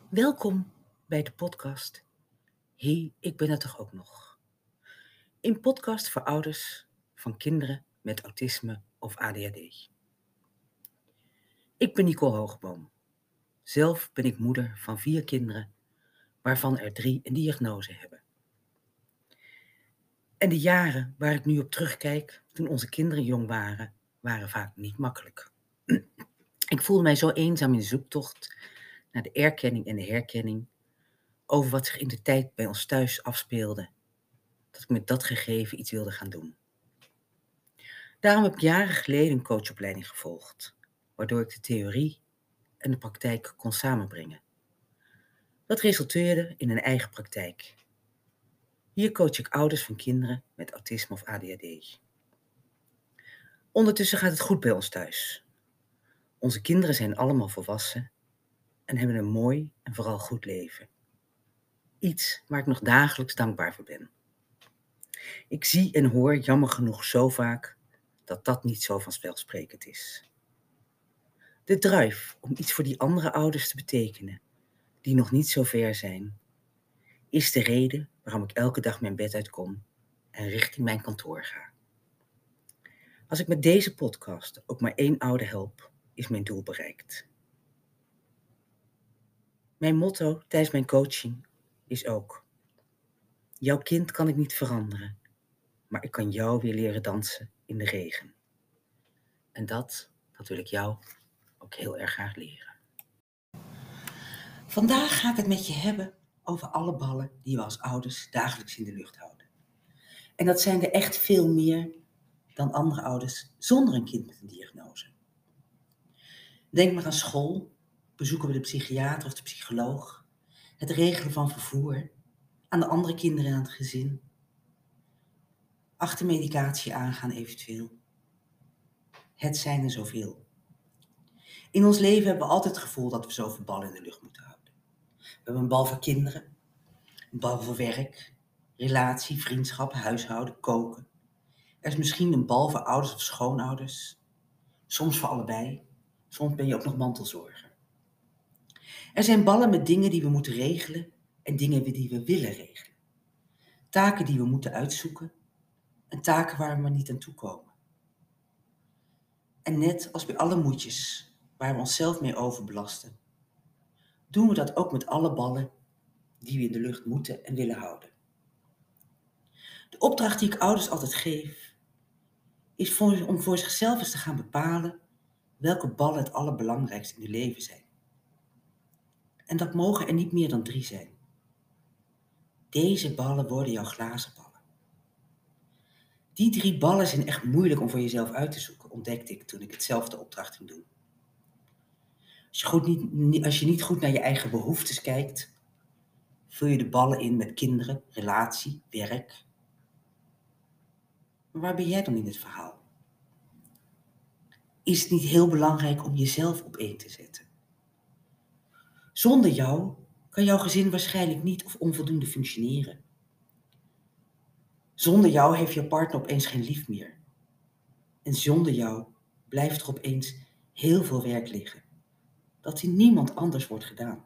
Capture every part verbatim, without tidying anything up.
Welkom bij de podcast Hey, ik ben er toch ook nog. Een podcast voor ouders van kinderen met autisme of A D H D. Ik ben Nicole Hoogboom. Zelf ben ik moeder van vier kinderen, waarvan er drie een diagnose hebben. En de jaren waar ik nu op terugkijk, toen onze kinderen jong waren, waren vaak niet makkelijk. Ik voelde mij zo eenzaam in de zoektocht naar de erkenning en de herkenning over wat zich in de tijd bij ons thuis afspeelde, dat ik met dat gegeven iets wilde gaan doen. Daarom heb ik jaren geleden een coachopleiding gevolgd, waardoor ik de theorie en de praktijk kon samenbrengen. Dat resulteerde in een eigen praktijk. Hier coach ik ouders van kinderen met autisme of A D H D. Ondertussen gaat het goed bij ons thuis. Onze kinderen zijn allemaal volwassen en hebben een mooi en vooral goed leven. Iets waar ik nog dagelijks dankbaar voor ben. Ik zie en hoor jammer genoeg zo vaak dat dat niet zo vanzelfsprekend is. De drive om iets voor die andere ouders te betekenen, die nog niet zo ver zijn, is de reden waarom ik elke dag mijn bed uitkom en richting mijn kantoor ga. Als ik met deze podcast ook maar één ouder help, is mijn doel bereikt. Mijn motto tijdens mijn coaching is ook: jouw kind kan ik niet veranderen, maar ik kan jou weer leren dansen in de regen. En dat, dat wil ik jou ook heel erg graag leren. Vandaag ga ik het met je hebben over alle ballen die we als ouders dagelijks in de lucht houden. En dat zijn er echt veel meer dan andere ouders zonder een kind met een diagnose. Denk maar aan school, bezoeken we de psychiater of de psycholoog, het regelen van vervoer, aan de andere kinderen in het gezin, achter medicatie aangaan eventueel. Het zijn er zoveel. In ons leven hebben we altijd het gevoel dat we zoveel ballen in de lucht moeten houden. We hebben een bal voor kinderen, een bal voor werk, relatie, vriendschap, huishouden, koken. Er is misschien een bal voor ouders of schoonouders, soms voor allebei, soms ben je ook nog mantelzorger. Er zijn ballen met dingen die we moeten regelen en dingen die we willen regelen. Taken die we moeten uitzoeken en taken waar we maar niet aan toe komen. En net als bij alle moedjes waar we onszelf mee overbelasten, doen we dat ook met alle ballen die we in de lucht moeten en willen houden. De opdracht die ik ouders altijd geef, is voor, om voor zichzelf eens te gaan bepalen welke ballen het allerbelangrijkste in je leven zijn. En dat mogen er niet meer dan drie zijn. Deze ballen worden jouw glazen ballen. Die drie ballen zijn echt moeilijk om voor jezelf uit te zoeken, ontdekte ik toen ik hetzelfde opdracht ging doen. Als je, goed niet, als je niet goed naar je eigen behoeftes kijkt, vul je de ballen in met kinderen, relatie, werk. Maar waar ben jij dan in het verhaal? Is het niet heel belangrijk om jezelf op één te zetten? Zonder jou kan jouw gezin waarschijnlijk niet of onvoldoende functioneren. Zonder jou heeft je partner opeens geen lief meer. En zonder jou blijft er opeens heel veel werk liggen, dat in niemand anders wordt gedaan.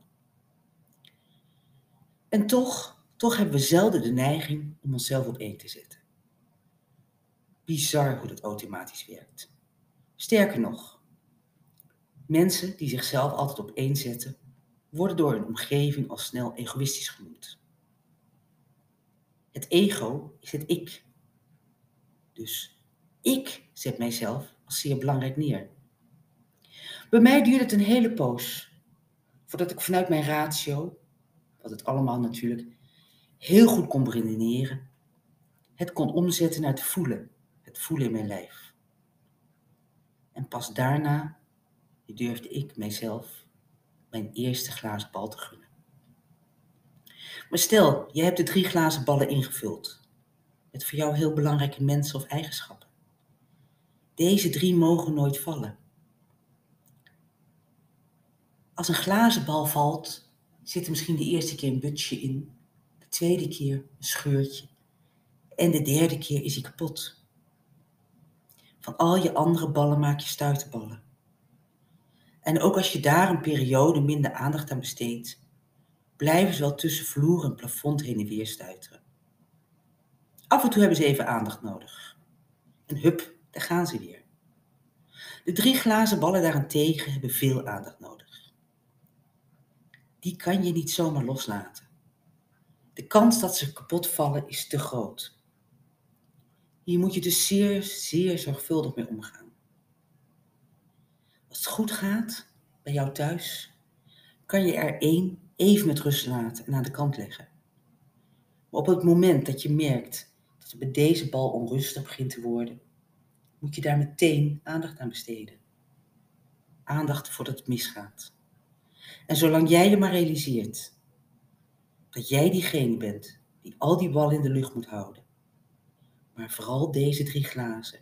En toch, toch hebben we zelden de neiging om onszelf op één te zetten. Bizar hoe dat automatisch werkt. Sterker nog, mensen die zichzelf altijd op één zetten, worden door hun omgeving al snel egoïstisch genoemd. Het ego is het ik. Dus ik zet mijzelf als zeer belangrijk neer. Bij mij duurde het een hele poos voordat ik vanuit mijn ratio, wat het allemaal natuurlijk heel goed kon beredeneren, het kon omzetten naar het voelen, het voelen in mijn lijf. En pas daarna durfde ik mijzelf mijn eerste glazen bal te gunnen. Maar stel, je hebt de drie glazen ballen ingevuld met voor jou heel belangrijke mensen of eigenschappen. Deze drie mogen nooit vallen. Als een glazen bal valt, zit er misschien de eerste keer een butsje in, de tweede keer een scheurtje en de derde keer is hij kapot. Van al je andere ballen maak je stuiterballen. En ook als je daar een periode minder aandacht aan besteedt, blijven ze wel tussen vloer en plafond heen en weer stuiteren. Af en toe hebben ze even aandacht nodig. En hup, daar gaan ze weer. De drie glazen ballen daarentegen hebben veel aandacht nodig. Die kan je niet zomaar loslaten. De kans dat ze kapot vallen is te groot. Hier moet je dus zeer, zeer zorgvuldig mee omgaan. Als het goed gaat bij jou thuis, kan je er één even met rust laten en aan de kant leggen. Maar op het moment dat je merkt dat het bij deze bal onrustig begint te worden, moet je daar meteen aandacht aan besteden. Aandacht voordat het misgaat. En zolang jij je maar realiseert dat jij diegene bent die al die ballen in de lucht moet houden, maar vooral deze drie glazen,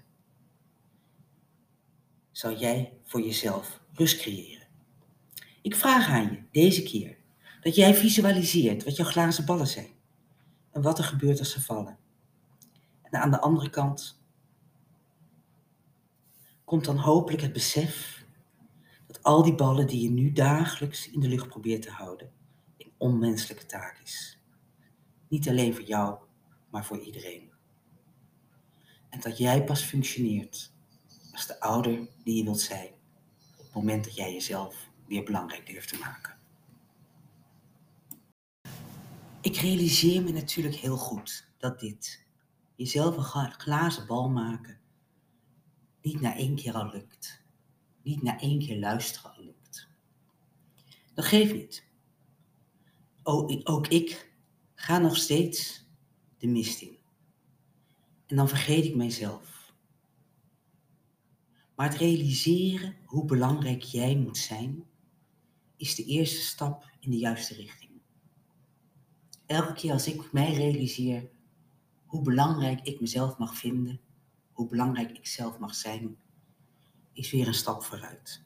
zal jij voor jezelf rust creëren. Ik vraag aan je deze keer dat jij visualiseert wat jouw glazen ballen zijn en wat er gebeurt als ze vallen. En aan de andere kant komt dan hopelijk het besef dat al die ballen die je nu dagelijks in de lucht probeert te houden, een onmenselijke taak is. Niet alleen voor jou, maar voor iedereen. En dat jij pas functioneert als de ouder die je wilt zijn, op het moment dat jij jezelf weer belangrijk durft te maken. Ik realiseer me natuurlijk heel goed dat dit, jezelf een glazen bal maken, niet na één keer al lukt. Niet na één keer luisteren al lukt. Dat geeft niet. Ook ik ga nog steeds de mist in. En dan vergeet ik mijzelf. Maar het realiseren hoe belangrijk jij moet zijn, is de eerste stap in de juiste richting. Elke keer als ik mij realiseer hoe belangrijk ik mezelf mag vinden, hoe belangrijk ik zelf mag zijn, is weer een stap vooruit.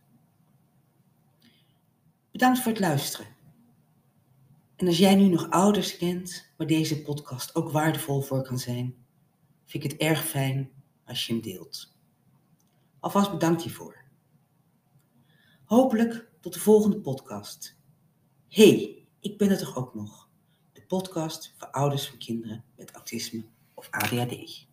Bedankt voor het luisteren. En als jij nu nog ouders kent, waar deze podcast ook waardevol voor kan zijn, vind ik het erg fijn als je hem deelt. Alvast bedankt hiervoor. Hopelijk tot de volgende podcast. Hey, ik ben er toch ook nog. De podcast voor ouders van kinderen met autisme of A D H D.